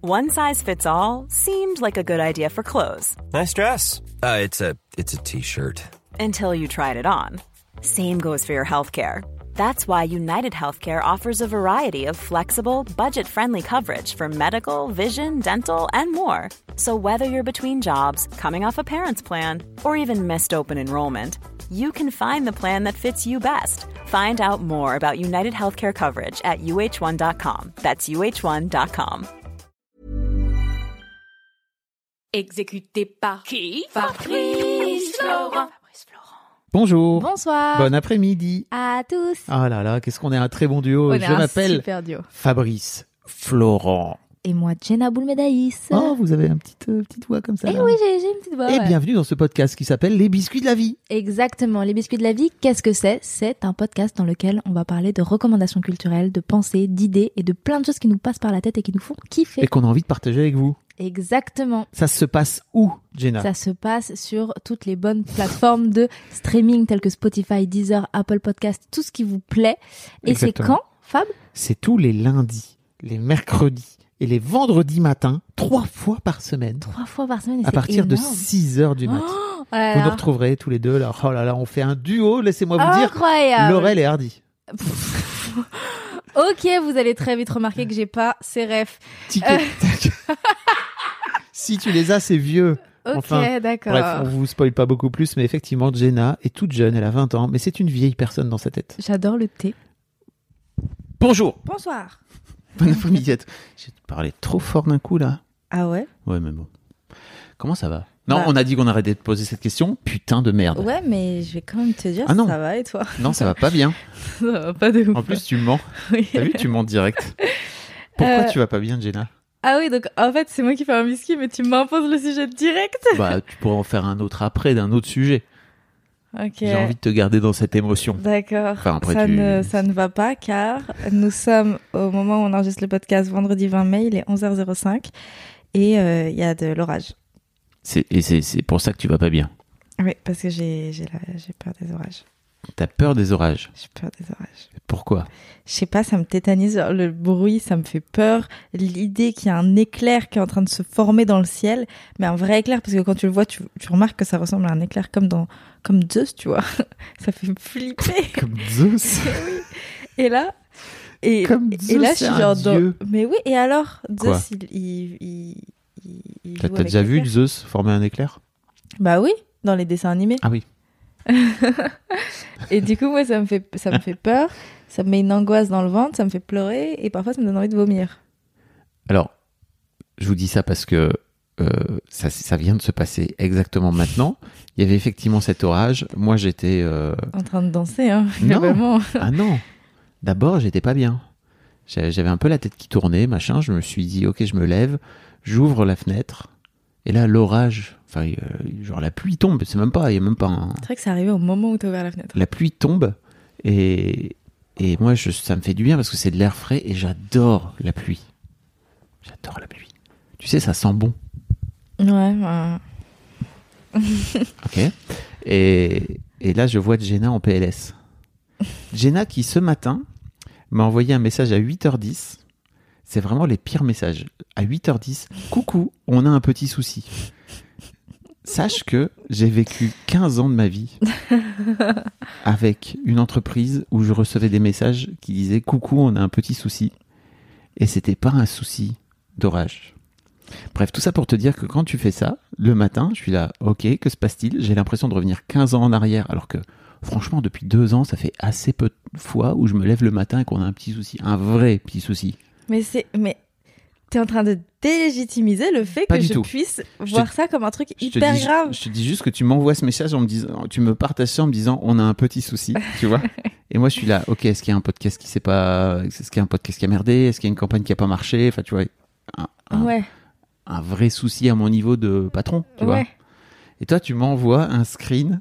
One size fits all seemed like a good idea for clothes. Nice dress. It's a t-shirt. Until you tried it on. Same goes for your healthcare. That's why United Healthcare offers a variety of flexible, budget-friendly coverage for medical, vision, dental, and more. So whether you're between jobs, coming off a parent's plan, or even missed open enrollment, you can find the plan that fits you best. Find out more about United Healthcare coverage at uh1.com. That's uh1.com. Exécuté par qui? Fabrice Florent. Bonjour. Bonsoir. Bon après-midi. À tous. Ah là là, qu'est-ce qu'on est un très bon duo. On Je est un m'appelle super duo. Fabrice Florent. Et moi, Jenna Boulmedaïs. Oh, vous avez une petite voix comme ça. Eh là. oui, j'ai une petite voix. Et ouais. bienvenue dans ce podcast qui s'appelle Les Biscuits de la Vie. Exactement. Les Biscuits de la Vie, qu'est-ce que c'est? C'est un podcast dans lequel on va parler de recommandations culturelles, de pensées, d'idées et de plein de choses qui nous passent par la tête et qui nous font kiffer. Et qu'on a envie de partager avec vous. Exactement. Ça se passe où, Jenna? Ça se passe sur toutes les bonnes plateformes de streaming telles que Spotify, Deezer, Apple Podcast, tout ce qui vous plaît. Et Exactement. c'est quand, Fab? C'est tous les lundis, les mercredis et les vendredis matins, 3 fois par semaine. 3 fois par semaine. Et À partir de énorme. 6h du matin. Oh là Vous là. nous retrouverez tous les deux là. Oh là là, on fait un duo, laissez-moi vous dire. Incroyable. Laurel et Hardy. Ok, vous allez très vite remarquer que j'ai pas ces refs. Tic et tac. Si tu les as, c'est vieux. Ok, Enfin, d'accord. Bref, on vous spoil pas beaucoup plus, mais effectivement, Jenna est toute jeune, elle a 20 ans, mais c'est une vieille personne dans sa tête. J'adore le thé. Bonjour. Bonsoir. Bon après-midi. J'ai parlé trop fort d'un coup là. Ah ouais? Ouais, mais bon. Comment ça va? Non, Bah. on a dit qu'on arrêtait de poser cette question. Putain de merde. Ouais, mais je vais quand même te dire, Ah non. ça va et toi? Non, ça va pas bien. Ça va pas de ouf. En plus, tu mens. Oui. T'as vu, tu mens direct. Pourquoi tu vas pas bien, Jenna? Ah oui, donc en fait, c'est moi qui fais un biscuit, mais tu m'imposes le sujet direct. Bah, tu pourrais en faire un autre après, d'un autre sujet. Ok. J'ai envie de te garder dans cette émotion. D'accord. Enfin, après, Ça ne va pas car nous sommes au moment où on enregistre le podcast vendredi 20 mai, il est 11h05 et il y a de l'orage. C'est pour ça que tu vas pas bien. Oui, parce que j'ai peur des orages. T'as peur des orages. J'ai peur des orages. Pourquoi? Je sais pas, ça me tétanise. Le bruit, ça me fait peur. L'idée qu'il y a un éclair qui est en train de se former dans le ciel, mais un vrai éclair, parce que quand tu le vois, tu remarques que ça ressemble à un éclair comme Zeus, tu vois. Ça fait flipper. Comme Zeus. Oui. Et là, Comme et Zeus, là, je c'est suis un genre dieu. mais oui. Et alors, Quoi? Zeus, il T'as joue avec déjà vu l'éclair. Zeus former un éclair? Bah oui, dans les dessins animés. Ah oui. Et du coup, moi, ça me fait peur. Ça me met une angoisse dans le ventre, ça me fait pleurer et parfois ça me donne envie de vomir. Alors, je vous dis ça parce que ça vient de se passer exactement maintenant. Il y avait effectivement cet orage. Moi, j'étais... En train de danser, hein, Non. vraiment. Ah non. D'abord, j'étais pas bien. J'avais un peu la tête qui tournait, machin. Je me suis dit, ok, je me lève, j'ouvre la fenêtre. Et là, l'orage, enfin, genre la pluie tombe. C'est même pas, il y a même pas un... C'est vrai que c'est arrivé au moment où t'as ouvert la fenêtre. La pluie tombe et moi, ça me fait du bien parce que c'est de l'air frais et j'adore la pluie. J'adore la pluie. Tu sais, ça sent bon. Ouais. Ok. Et là, je vois Jenna en PLS. Jenna qui, ce matin, m'a envoyé un message à 8h10. C'est vraiment les pires messages. À 8h10, coucou, on a un petit souci. Sache que j'ai vécu 15 ans de ma vie avec une entreprise où je recevais des messages qui disaient « Coucou, on a un petit souci ». Et c'était pas un souci d'orage. Bref, tout ça pour te dire que quand tu fais ça, le matin, je suis là « Ok, que se passe-t-il ?» J'ai l'impression de revenir 15 ans en arrière, alors que franchement, depuis 2 ans, ça fait assez peu de fois où je me lève le matin et qu'on a un petit souci, un vrai petit souci. Mais t'es en train de délégitimiser le fait Pas que du je tout. puisse voir ça comme un truc Je te hyper dis- grave. Je te dis juste que tu m'envoies ce message en me disant, tu me partages ça en me disant, on a un petit souci, tu vois. Et moi, je suis là, ok, est-ce qu'il y a un podcast qui est-ce qu'il y a un podcast qui a merdé, est-ce qu'il y a une campagne qui a pas marché, enfin, tu vois, Ouais. un vrai souci à mon niveau de patron, tu vois. Ouais. Et toi, tu m'envoies un screen.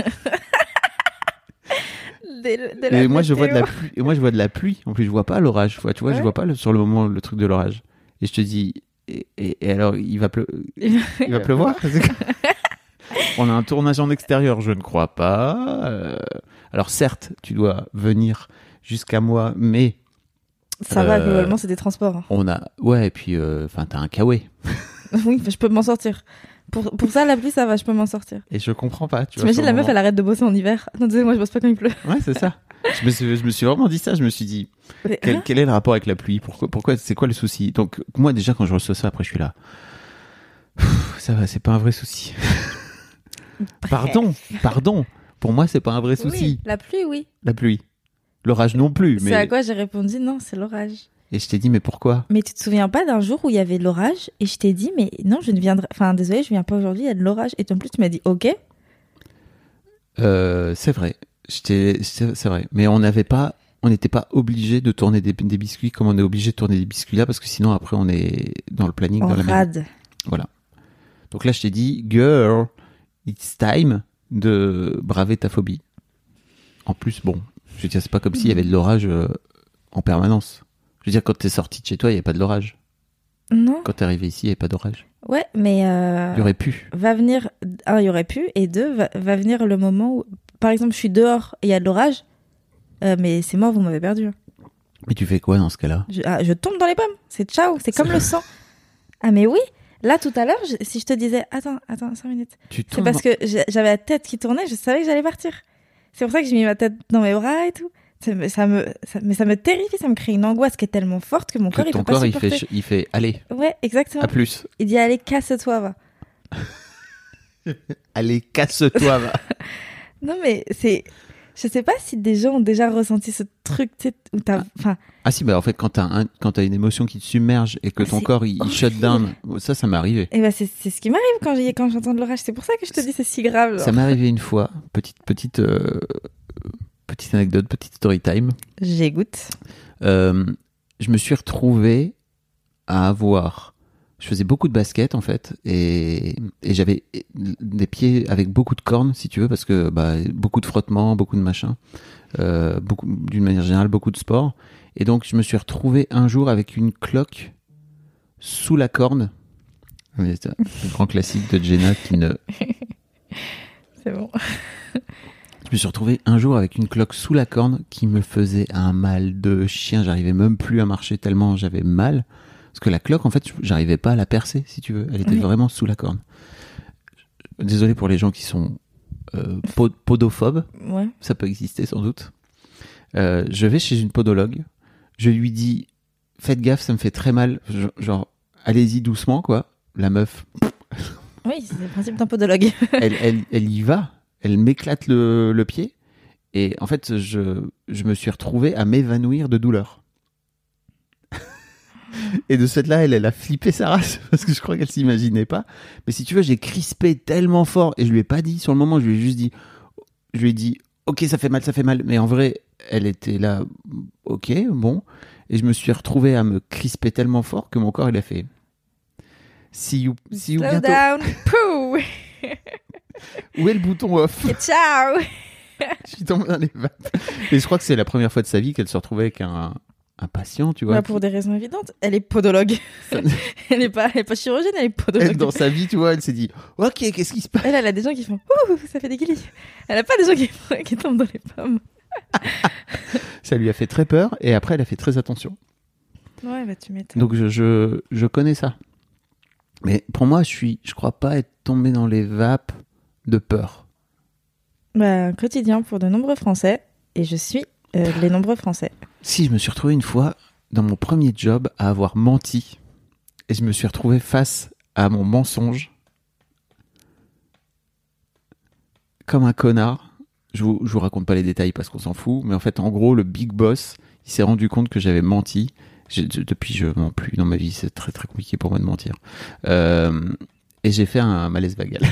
De la Et moi, je vois de la météo. pluie. Et moi, je vois de la pluie. En plus, je vois pas l'orage. Tu vois, Ouais. je vois pas sur le moment le truc de l'orage. Et je te dis, et alors, il va pleuvoir. On a un tournage en extérieur, je ne crois pas. Alors certes, tu dois venir jusqu'à moi, mais Ça va, globalement, c'est des transports. Hein. On a... Ouais, et puis, t'as un kawaii. Oui, je peux m'en sortir. Pour ça, la pluie, ça va, je peux m'en sortir. Et je comprends pas. T'imagines, la meuf, elle arrête de bosser en hiver. Non, désolé, moi, je bosse pas quand il pleut. Ouais, c'est ça. Je me suis vraiment dit ça. Je me suis dit, quel est le rapport avec la pluie? Pourquoi c'est quoi le souci? Donc, moi, déjà, quand je reçois ça, après, je suis là. Ça va, c'est pas un vrai souci. Pardon. Pour moi, c'est pas un vrai souci. Oui, la pluie, oui. La pluie. L'orage non plus. C'est à quoi j'ai répondu, non, c'est l'orage. Et je t'ai dit, mais pourquoi? Mais tu te souviens pas d'un jour où il y avait l'orage et je t'ai dit, mais non, je ne viendrai. Enfin, désolé, je viens pas aujourd'hui, il y a de l'orage. Et en plus, tu m'as dit, ok. C'est vrai. C'est vrai. Mais on n'était pas obligé de tourner des biscuits comme on est obligé de tourner des biscuits là, parce que sinon, après, on est dans le planning. En dans la rade. même... Voilà. Donc là, je t'ai dit, girl, it's time de braver ta phobie. En plus, bon, je veux dire, c'est pas comme s'il y avait de l'orage en permanence. Je veux dire, quand t'es sorti de chez toi, il n'y avait pas de l'orage. Non. Quand t'es arrivé ici, il n'y avait pas d'orage. Ouais, mais... Il y aurait pu. Va venir... Un, il y aurait pu. Et deux, va venir le moment où... Par exemple, je suis dehors et il y a de l'orage. Mais c'est mort, vous m'avez perdu. Mais tu fais quoi dans ce cas-là? Je tombe dans les pommes. C'est ciao. C'est comme le sang. Ah, mais oui. Là, tout à l'heure, si je te disais... Attends, 5 minutes. C'est parce que j'avais la tête qui tournait. Je savais que j'allais partir. C'est pour ça que j'ai mis ma tête dans mes bras et tout. Mais ça me terrifie, ça me crée une angoisse qui est tellement forte que mon corps, il peut pas supporter. Il fait allez. Ouais, exactement. À plus. Il dit allez, casse-toi, va. Allez, casse-toi, va. Non, mais je sais pas si des gens ont déjà ressenti ce truc, tu sais, où t'as... Ah si, bah en fait, quand t'as une émotion qui te submerge et que ton corps, il shut down, ça m'est arrivé. Et bah c'est ce qui m'arrive quand j'entends de l'orage. C'est pour ça que je te dis c'est si grave. Ça m'est arrivé une fois, petite anecdote, petite story time. J'écoute. Je me suis retrouvé à avoir... Je faisais beaucoup de basket, en fait, et j'avais des pieds avec beaucoup de cornes, si tu veux, parce que beaucoup de frottements, beaucoup de machins, d'une manière générale, beaucoup de sport. Et donc, je me suis retrouvé un jour avec une cloque sous la corne. C'est un grand classique de Jenna qui ne... C'est bon. Je me suis retrouvé un jour avec une cloque sous la corne qui me faisait un mal de chien. J'arrivais même plus à marcher tellement j'avais mal. Parce que la cloque, en fait, j'arrivais pas à la percer, si tu veux. Elle était vraiment sous la corne. Désolé pour les gens qui sont podophobes. Ouais. Ça peut exister sans doute. Je vais chez une podologue. Je lui dis, faites gaffe, ça me fait très mal. Genre, allez-y doucement, quoi. La meuf. Oui, c'est le principe d'un podologue. elle y va. Elle m'éclate le pied. Et en fait, je me suis retrouvé à m'évanouir de douleur. Et de ce fait-là, elle a flippé sa race parce que je crois qu'elle s'imaginait pas. Mais si tu veux, j'ai crispé tellement fort et je lui ai pas dit sur le moment. Je lui ai dit, ok, ça fait mal. Mais en vrai, elle était là, ok, bon. Et je me suis retrouvé à me crisper tellement fort que mon corps, il a fait. See you Slow bientôt. down. Pouh. Où est le bouton off? Et ciao. Je suis tombé dans les vapes. Et je crois que c'est la première fois de sa vie qu'elle se retrouvait avec un patient, tu vois. Pour des raisons évidentes, elle est podologue. Elle est pas chirurgienne, elle est podologue. Elle, dans sa vie, tu vois, elle s'est dit, ok, qu'est-ce qui se passe? Elle a des gens qui font, ouh, ça fait des guilis. Elle a pas des gens qui tombent dans les pommes. Ça lui a fait très peur et après, elle a fait très attention. Ouais, bah tu m'étonnes. Donc, je connais ça. Mais pour moi, je crois pas être tombé dans les vapes de peur. Bah, un quotidien pour de nombreux Français. Et je suis les nombreux Français. Si, je me suis retrouvé une fois dans mon premier job à avoir menti. Et je me suis retrouvé face à mon mensonge. Comme un connard. Je vous raconte pas les détails parce qu'on s'en fout. Mais en fait, en gros, le big boss, il s'est rendu compte que j'avais menti. Depuis, je mens plus dans ma vie. C'est très, très compliqué pour moi de mentir. Et j'ai fait un malaise vagal.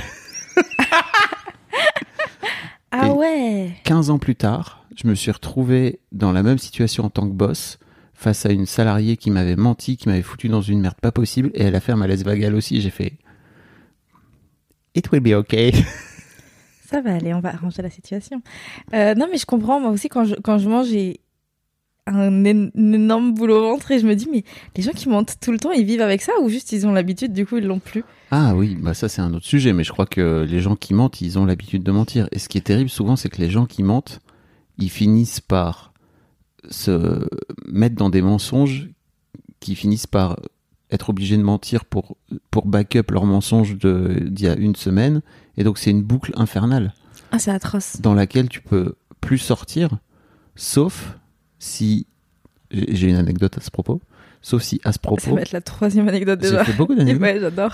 Ah ouais. 15 ans plus tard, je me suis retrouvé dans la même situation en tant que boss, face à une salariée qui m'avait menti, qui m'avait foutu dans une merde pas possible, et elle a fait un malaise vagal aussi, et j'ai fait « It will be okay ». Ça va aller, on va arranger la situation. Non, mais je comprends, moi aussi, quand je mange, j'ai un énorme boule au ventre, et je me dis, mais les gens qui mentent tout le temps, ils vivent avec ça, ou juste ils ont l'habitude, du coup, ils l'ont plus? Ah oui, bah ça c'est un autre sujet, mais je crois que les gens qui mentent, ils ont l'habitude de mentir. Et ce qui est terrible souvent, c'est que les gens qui mentent, ils finissent par se mettre dans des mensonges qui finissent par être obligés de mentir pour back-up leur mensonge d'il y a une semaine. Et donc, c'est une boucle infernale. Ah, c'est atroce. Dans laquelle tu peux plus sortir, sauf si... J'ai une anecdote à ce propos. Sauf si, à ce propos... Ça va être la 3e anecdote déjà. J'ai fait beaucoup d'anecdotes. Ouais, j'adore.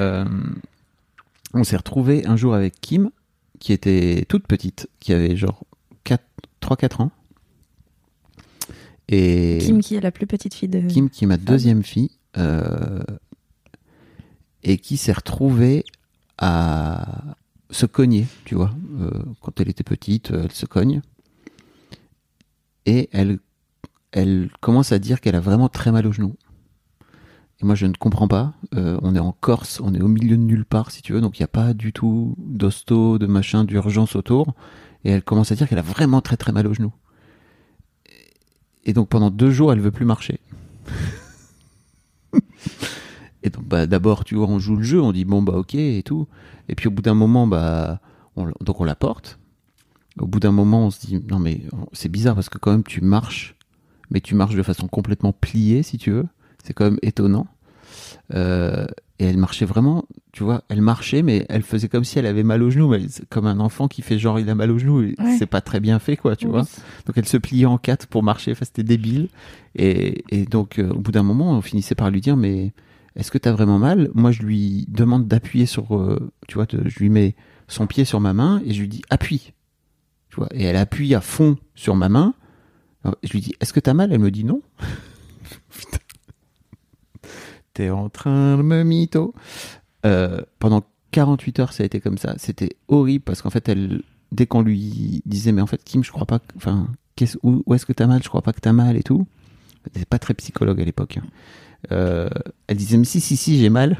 On s'est retrouvés un jour avec Kim, qui était toute petite, qui avait genre 3-4 ans. Et Kim, qui est la plus petite fille de... Kim, qui est ma deuxième fille, et qui s'est retrouvée à se cogner, tu vois. Quand elle était petite, elle se cogne. Et elle commence à dire qu'elle a vraiment très mal au genou. Et moi, je ne comprends pas. On est en Corse, on est au milieu de nulle part, si tu veux, donc il n'y a pas du tout d'hosto, de machin, d'urgence autour. Et elle commence à dire qu'elle a vraiment très très mal au genou. Et donc pendant 2 jours, elle veut plus marcher. Et donc d'abord, tu vois, on joue le jeu, on dit bon bah ok et tout. Et puis au bout d'un moment, on la porte. Au bout d'un moment, on se dit non mais c'est bizarre parce que quand même tu marches, mais tu marches de façon complètement pliée, si tu veux. C'est quand même étonnant. Et elle marchait vraiment, tu vois, elle marchait, mais elle faisait comme si elle avait mal au genou, mais comme un enfant qui fait genre il a mal au genou, et c'est pas très bien fait, quoi, tu vois. Donc elle se pliait en 4 pour marcher, enfin, c'était débile. Et donc, au bout d'un moment, on finissait par lui dire, mais est-ce que t'as vraiment mal ? Moi, je lui demande d'appuyer sur, tu vois, je lui mets son pied sur ma main et je lui dis, appuie. Tu vois, et elle appuie à fond sur ma main. Alors, je lui dis, est-ce que t'as mal ? Elle me dit non. Putain. T'es en train de me mytho. Pendant 48 heures, ça a été comme ça. C'était horrible parce qu'en fait, dès qu'on lui disait, mais en fait, Kim, je crois pas, enfin, où est-ce que t'as mal ? Je crois pas que t'as mal et tout. Elle n'était pas très psychologue à l'époque. Elle disait, mais si, j'ai mal.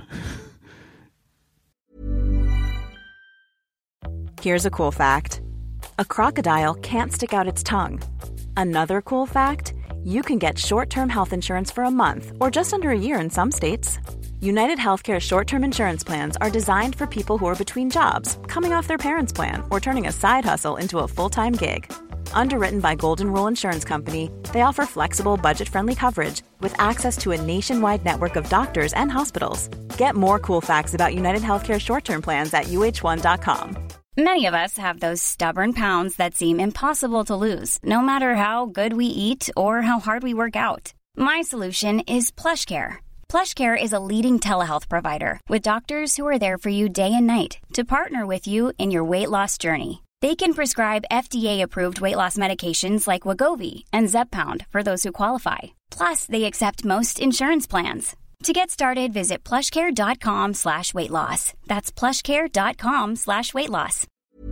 Here's a cool fact. A crocodile can't stick out its tongue. Another cool fact, you can get short-term health insurance for a month or just under a year in some states. United Healthcare short-term insurance plans are designed for people who are between jobs, coming off their parents' plan, or turning a side hustle into a full-time gig. Underwritten by Golden Rule Insurance Company, they offer flexible, budget-friendly coverage with access to a nationwide network of doctors and hospitals. Get more cool facts about United Healthcare short-term plans at uh1.com. Many of us have those stubborn pounds that seem impossible to lose, no matter how good we eat or how hard we work out. My solution is PlushCare. PlushCare is a leading telehealth provider with doctors who are there for you day and night to partner with you in your weight loss journey. They can prescribe FDA-approved weight loss medications like Wegovy and Zepbound for those who qualify. Plus, they accept most insurance plans. To get started, visit plushcare.com/weightloss. That's plushcare.com/weightloss.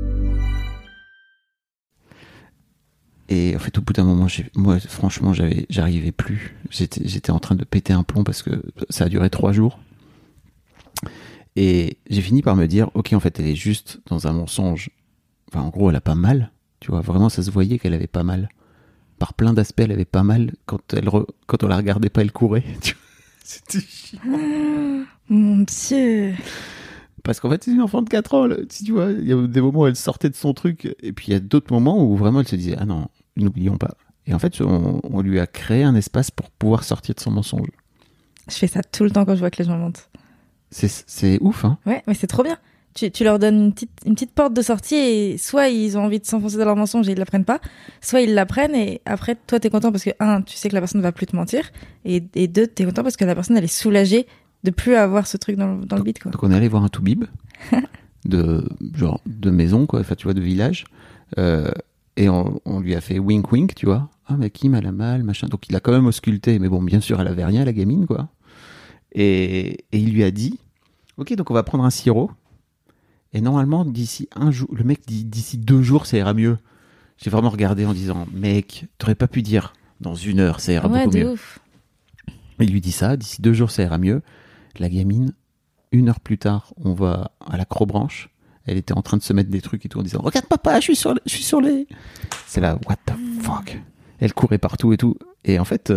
Et en fait, au bout d'un moment, moi, franchement, j'arrivais plus. J'étais en train de péter un plomb parce que ça a duré 3 jours. Et j'ai fini par me dire, ok, en fait, elle est juste dans un mensonge. Enfin, en gros, elle a pas mal. Tu vois, vraiment, ça se voyait qu'elle avait pas mal. Par plein d'aspects, elle avait pas mal. Quand on la regardait pas, elle courait. Tu vois. C'était chiant. Mon Dieu. Parce qu'en fait, c'est une enfant de 4 ans. Là. Tu vois, il y a des moments où elle sortait de son truc. Et puis, il y a d'autres moments où vraiment elle se disait, ah non, n'oublions pas. Et en fait, on lui a créé un espace pour pouvoir sortir de son mensonge. Je fais ça tout le temps quand je vois que les gens mentent. C'est ouf, hein. Ouais, mais c'est trop bien. Tu leur donnes une petite porte de sortie et soit ils ont envie de s'enfoncer dans leur mensonge et ils la prennent pas, soit ils la prennent et après toi t'es content parce que tu sais que la personne ne va plus te mentir et 2 t'es content parce que la personne elle est soulagée de plus avoir ce truc dans le bide, quoi. Donc on est allé voir un toubib de maison, quoi, enfin tu vois, de village, et on lui a fait wink wink, tu vois, mais Kim elle a mal, machin, donc il a quand même ausculté, mais bon bien sûr elle avait rien, la gamine, quoi, et il lui a dit ok, donc on va prendre un sirop. Et normalement, d'ici 1 jour, le mec dit d'ici 2 jours, ça ira mieux. J'ai vraiment regardé en disant, mec, t'aurais pas pu dire dans 1 heure, ça ira beaucoup mieux. Ouf. Il lui dit ça, d'ici 2 jours, ça ira mieux. La gamine, 1 heure plus tard, on va à la Crobranche. Elle était en train de se mettre des trucs et tout en disant, regarde papa, je suis sur les. C'est là, what the fuck. Elle courait partout et tout. Et en fait.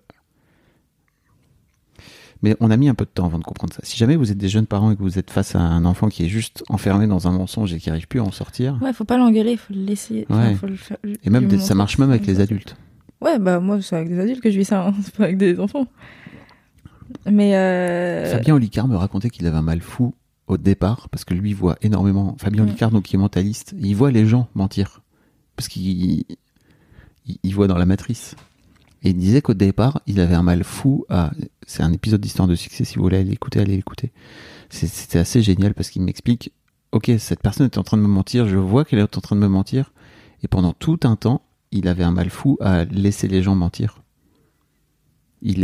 Mais on a mis un peu de temps avant de comprendre ça. Si jamais vous êtes des jeunes parents et que vous êtes face à un enfant qui est juste enfermé dans un mensonge et qui n'arrive plus à en sortir... Ouais, faut pas l'engueuler, faut le laisser... Ouais. Faut le faire, et même, ça marche même avec les adultes. Ouais, bah moi, c'est avec des adultes que je vis ça, hein. C'est pas avec des enfants. Mais Fabien Olicard me racontait qu'il avait un mal fou au départ, parce que lui voit énormément... Fabien Olicard, donc, qui est mentaliste, il voit les gens mentir. Parce qu'il voit dans la matrice. Et il disait qu'au départ, il avait un mal fou à... C'est un épisode d'Histoire de succès, si vous voulez aller l'écouter, allez l'écouter. C'était assez génial, parce qu'il m'explique, ok, cette personne est en train de me mentir, je vois qu'elle est en train de me mentir, et pendant tout un temps, il avait un mal fou à laisser les gens mentir. Il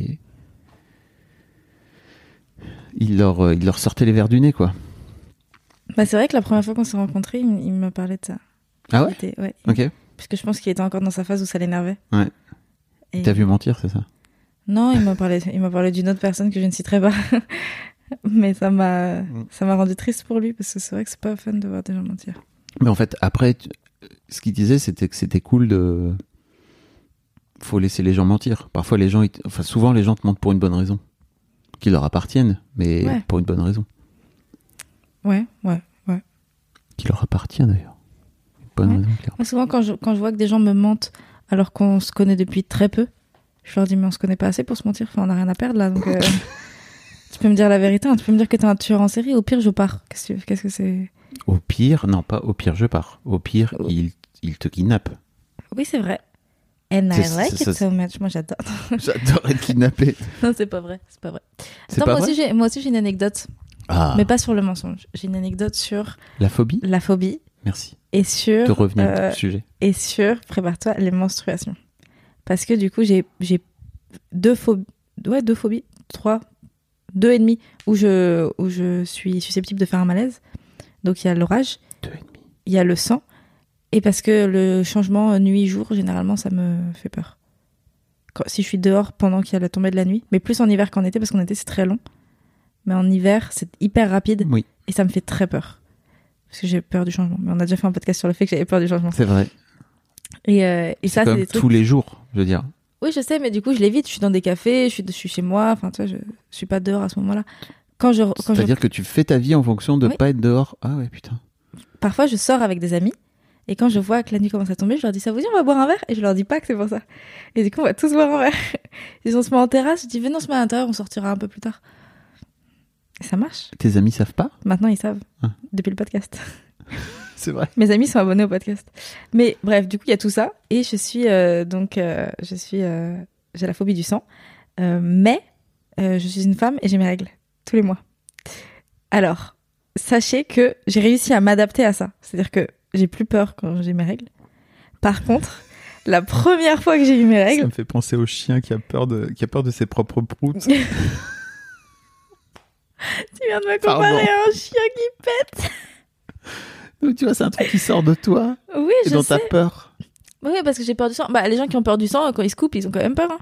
leur sortait les verres du nez, quoi. bah, c'est vrai que la première fois qu'on s'est rencontrés, il me parlait de ça. Ah ouais? Ouais. Ok. Parce que je pense qu'il était encore dans sa phase où ça l'énervait. Ouais. Et... T'as vu mentir, c'est ça? Non, il m'a parlé d'une autre personne que je ne citerai pas. Mais ça m'a rendu triste pour lui, parce que c'est vrai que c'est pas fun de voir des gens mentir. Mais en fait, après, ce qu'il disait, c'était que c'était cool de... Faut laisser les gens mentir. Parfois, souvent, les gens te mentent pour une bonne raison. Qui leur appartiennent, mais Ouais. pour une bonne raison. Ouais. Qui leur appartient, d'ailleurs. Une bonne Ouais. raison. Claire. Moi, souvent, quand je vois que des gens me mentent alors qu'on se connaît depuis très peu, je leur dis, mais on se connaît pas assez pour se mentir. Enfin, on n'a rien à perdre, là. Donc, tu peux me dire la vérité, hein. Tu peux me dire que t'es un tueur en série. Au pire, je pars. Qu'est-ce que c'est? Au pire, non, pas au pire, je pars. Au pire, il te kidnappe. Oui, c'est vrai. And I C'est- like c'est- it so much. Moi, j'adore. J'adore être kidnappé. Non, c'est pas vrai. C'est pas vrai. C'est Attends, pas moi aussi, j'ai une anecdote. Ah, Mais pas sur le mensonge. J'ai une anecdote sur la phobie? la phobie Merci et sur... de revenir au sujet. Et sur, prépare-toi, les menstruations. Parce que du coup, j'ai deux phobies. Ouais, 2 phobies. 3. 2 et demi où je suis susceptible de faire un malaise. Donc, il y a l'orage. 2,5. Il y a le sang. Et parce que le changement nuit-jour, généralement, ça me fait peur. Si je suis dehors pendant qu'il y a la tombée de la nuit. Mais plus en hiver qu'en été, parce qu'en été, c'est très long. Mais en hiver, c'est hyper rapide. Oui, Et ça me fait très peur. Parce que j'ai peur du changement. Mais on a déjà fait un podcast sur le fait que j'avais peur du changement. c'est vrai. Et ça, c'est Comme des trucs... tous les jours, je veux dire. Oui, je sais, mais du coup, je l'évite. Je suis dans des cafés, je suis chez moi. Enfin, tu vois, je suis pas dehors à ce moment-là. C'est-à-dire que tu fais ta vie en fonction de Oui. pas être dehors. Ah ouais, putain. Parfois, je sors avec des amis. Et quand je vois que la nuit commence à tomber, je leur dis, ça vous dit, on va boire un verre? Et je leur dis pas que c'est pour ça. Et du coup, on va tous boire un verre. Ils se met en terrasse. Je dis, venez, on se met à l'intérieur, on sortira un peu plus tard. Et ça marche. Tes amis savent pas? Maintenant, ils savent. Ah. Depuis le podcast. C'est vrai. Mes amis sont abonnés au podcast. Mais bref, du coup, il y a tout ça. Et je suis j'ai la phobie du sang. Mais je suis une femme et j'ai mes règles. Tous les mois. Alors, sachez que j'ai réussi à m'adapter à ça. C'est-à-dire que j'ai plus peur quand j'ai mes règles. Par contre, la première fois que j'ai eu mes Ça règles... me fait penser au chien qui a peur de ses propres proutes. Tu viens de me comparer à un chien qui pète. Donc, tu vois, c'est un truc qui sort de toi Oui, et je dont sais. t'as peur. Oui, parce que j'ai peur du sang. Bah, les gens qui ont peur du sang, quand ils se coupent, ils ont quand même peur. Hein.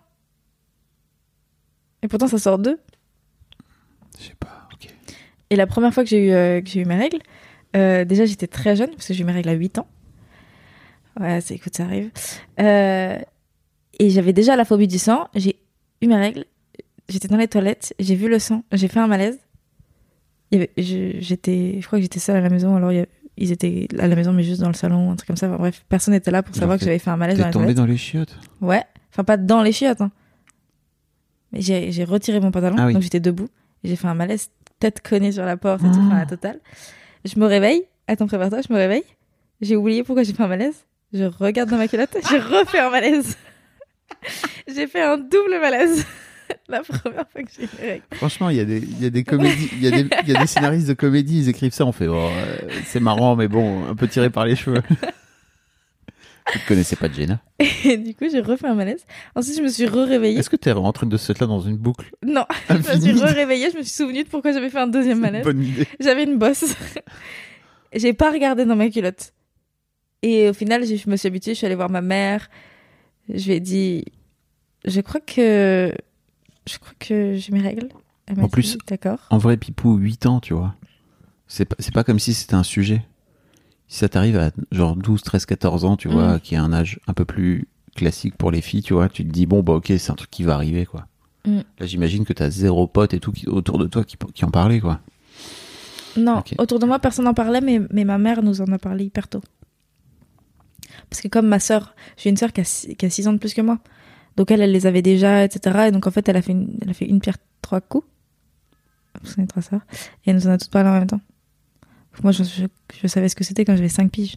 Et pourtant, ça sort d'eux. Je sais pas, ok. Et la première fois que j'ai eu mes règles, déjà, j'étais très jeune, parce que j'ai eu mes règles à 8 ans. Ouais, écoute, ça arrive. Et j'avais déjà la phobie du sang. J'ai eu mes règles. J'étais dans les toilettes. J'ai vu le sang. J'ai fait un malaise. Je crois que j'étais seule à la maison. Alors, ils étaient à la maison, mais juste dans le salon, un truc comme ça. Enfin, bref, personne n'était là pour savoir que j'avais fait un malaise dans T'es les tombé toilettes. dans les chiottes? Ouais. Enfin, pas dans les chiottes. Hein. Mais j'ai retiré mon pantalon. Ah oui. Donc, j'étais debout. Et j'ai fait un malaise, tête cognée sur la porte et tout, enfin, la totale. Je me réveille. Attends, prépare-toi, je me réveille. J'ai oublié pourquoi j'ai fait un malaise. Je regarde dans ma culotte. J'ai refait un malaise. J'ai fait un double malaise. La première fois que j'ai eu mes règles. Franchement, il y a des comédies, il y a des scénaristes de comédie, ils écrivent ça, on fait, c'est marrant, mais bon, un peu tiré par les cheveux. Tu ne connaissais pas Jenna? Et du coup, j'ai refait un malaise. Ensuite, je me suis réveillée. Est-ce que tu es en train de se là dans une boucle? Non, je me suis Infinie. réveillée. Je me suis souvenue de pourquoi j'avais fait un deuxième malaise. Bonne idée. J'avais une bosse. J'ai pas regardé dans ma culotte. Et au final, je me suis habituée. Je suis allée voir ma mère. Je lui ai dit, je crois que j'ai mes règles. Elle m'a En dit, plus, d'accord. En vrai, Pipou, 8 ans, tu vois. C'est pas comme si c'était un sujet. Si ça t'arrive à genre 12, 13, 14 ans, tu vois, qui est un âge un peu plus classique pour les filles, tu vois, tu te dis, bon, bah ok, c'est un truc qui va arriver, quoi. Là, j'imagine que t'as 0 pote et tout autour de toi qui en parlait, quoi. Non, Ok. autour de moi, personne n'en parlait, mais ma mère nous en a parlé hyper tôt. Parce que comme ma sœur, j'ai une sœur qui a 6 ans de plus que moi. Donc elle les avait déjà, etc. Et donc en fait, elle a fait une pierre 3 coups. Parce qu'on est 3 sœurs. Et elle nous en a toutes parlé en même temps. Donc moi, je savais ce que c'était quand j'avais 5 piges.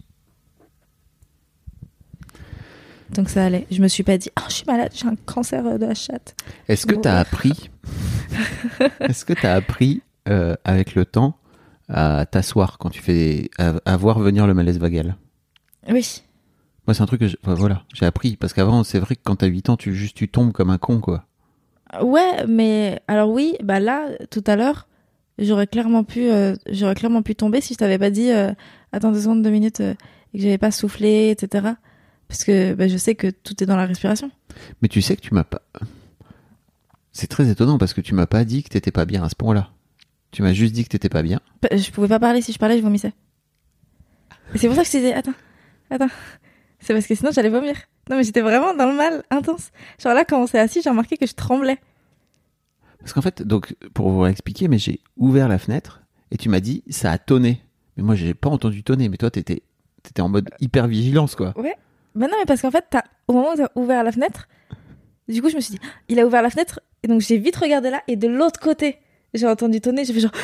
Donc ça allait. Je me suis pas dit, je suis malade, j'ai un cancer de la chatte. Est-ce que t'as appris avec le temps à t'asseoir quand tu fais à voir venir le malaise vagal? Oui. Moi, c'est un truc que j'ai appris. Parce qu'avant, c'est vrai que quand t'as 8 ans, tu tombes comme un con, quoi. Ouais, mais alors oui, bah là, tout à l'heure, j'aurais clairement pu tomber si je t'avais pas dit attends 2 secondes, 2 minutes, et que j'avais pas soufflé, etc. Parce que je sais que tout est dans la respiration. Mais tu sais que tu m'as pas... C'est très étonnant parce que tu m'as pas dit que t'étais pas bien à ce point-là. Tu m'as juste dit que t'étais pas bien. Je pouvais pas parler, si je parlais, je vomissais. Et c'est pour ça que je t'ai dit attends. C'est parce que sinon j'allais vomir. Non mais j'étais vraiment dans le mal intense. Genre là quand on s'est assis, j'ai remarqué que je tremblais. Parce qu'en fait, donc pour vous expliquer, mais j'ai ouvert la fenêtre et tu m'as dit ça a tonné. Mais moi j'ai pas entendu tonner, mais toi t'étais en mode hyper vigilance quoi. Ouais. Ben non mais parce qu'en fait au moment où t'as ouvert la fenêtre, du coup je me suis dit il a ouvert la fenêtre et donc j'ai vite regardé là et de l'autre côté j'ai entendu tonner, j'ai fait genre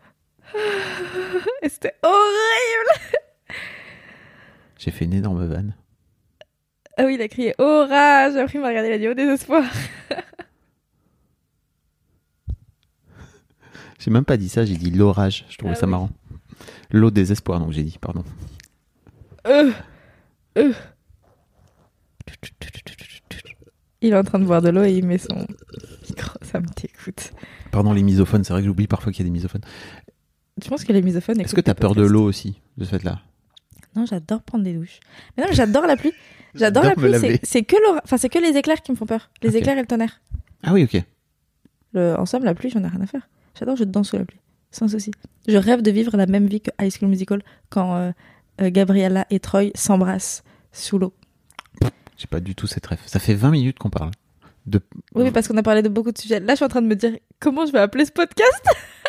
et c'était horrible. J'ai fait une énorme vanne. Ah oui, il a crié orage. Après, il m'a regardé, il a dit au désespoir. J'ai même pas dit ça, j'ai dit l'orage. Je trouvais ça marrant. L'eau désespoir, donc j'ai dit, pardon. Il est en train de boire de l'eau et il met son micro, ça me dégoûte. Pardon, les misophones, c'est vrai que j'oublie parfois qu'il y a des misophones. Tu penses que les misophones... Est-ce que t'as peur de l'eau aussi, de ce fait-là? Non, j'adore prendre des douches. Mais non, mais j'adore la pluie. J'adore la pluie, c'est que les éclairs qui me font peur. Les éclairs et le tonnerre. Ah oui, ok. En somme, la pluie, j'en ai rien à faire. J'adore, je danse sous la pluie, sans souci. Je rêve de vivre la même vie que High School Musical quand Gabriella et Troy s'embrassent sous l'eau. J'ai pas du tout cette rêve. Ça fait 20 minutes qu'on parle. Oui, mais parce qu'on a parlé de beaucoup de sujets. Là, je suis en train de me dire comment je vais appeler ce podcast.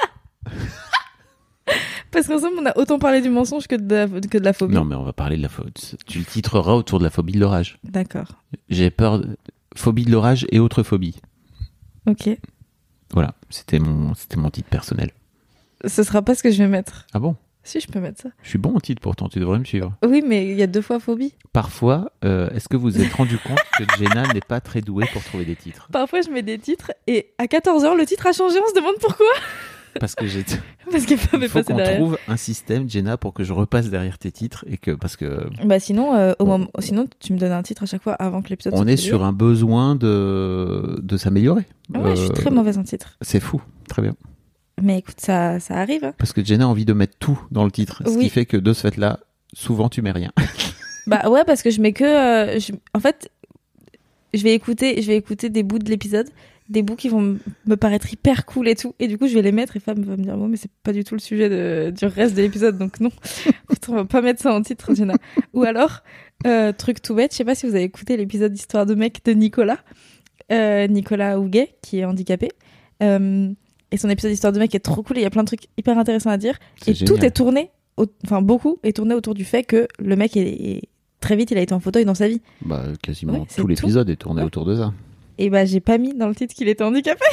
Parce qu'ensemble, on a autant parlé du mensonge que de la phobie. Non, mais on va parler de la phobie. Tu le titreras autour de la phobie de l'orage. D'accord. J'ai peur phobie de l'orage et autres phobies. Ok. Voilà, c'était mon titre personnel. Ce sera pas ce que je vais mettre. Ah bon? Si, je peux mettre ça. Je suis bon en titre pourtant, tu devrais me suivre. Oui, mais il y a 2 fois phobie. Parfois, est-ce que vous vous êtes rendu compte que Jenna n'est pas très douée pour trouver des titres? Parfois, je mets des titres et à 14h, le titre a changé, on se demande pourquoi. Parce qu'il faut qu'on trouve un système, Jenna, pour que je repasse derrière tes titres et que parce que. Bah sinon, sinon tu me donnes un titre à chaque fois avant que l'épisode. On est sur un besoin de s'améliorer. Ah ouais, je suis très mauvaise en titre. C'est fou, très bien. Mais écoute, ça arrive. Hein. Parce que Jenna a envie de mettre tout dans le titre, ce qui fait que de ce fait-là, souvent tu mets rien. Bah ouais, parce que je mets que. En fait, je vais écouter des bouts de l'épisode. Des bouts qui vont me paraître hyper cool et tout, et du coup je vais les mettre et Fab va me dire bon mais c'est pas du tout le sujet du reste de l'épisode donc non, on va pas mettre ça en titre Jenna. Ou alors truc tout bête, je sais pas si vous avez écouté l'épisode d'Histoire de mec de Nicolas Houguet qui est handicapé et son épisode d'Histoire de mec est trop cool et il y a plein de trucs hyper intéressants à dire et génial. Tout est tourné beaucoup est tourné autour du fait que le mec est très vite il a été en fauteuil dans sa vie. Bah quasiment tout l'épisode est tourné autour de ça. Et bah j'ai pas mis dans le titre qu'il était handicapé.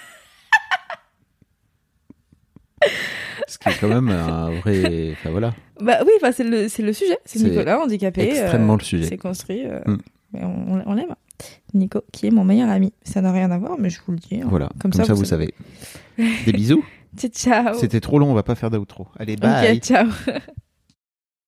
Ce qui est quand même un vrai... Enfin voilà. Bah oui, c'est le sujet. C'est Nicolas handicapé. Extrêmement le sujet. C'est construit. Mais on l'aime. Nico, qui est mon meilleur ami. Ça n'a rien à voir, mais je vous le dis. Hein. Voilà, comme ça vous savez. Des bisous. Ciao. C'était trop long, on va pas faire d'outro. Allez, bye. Ok, ciao.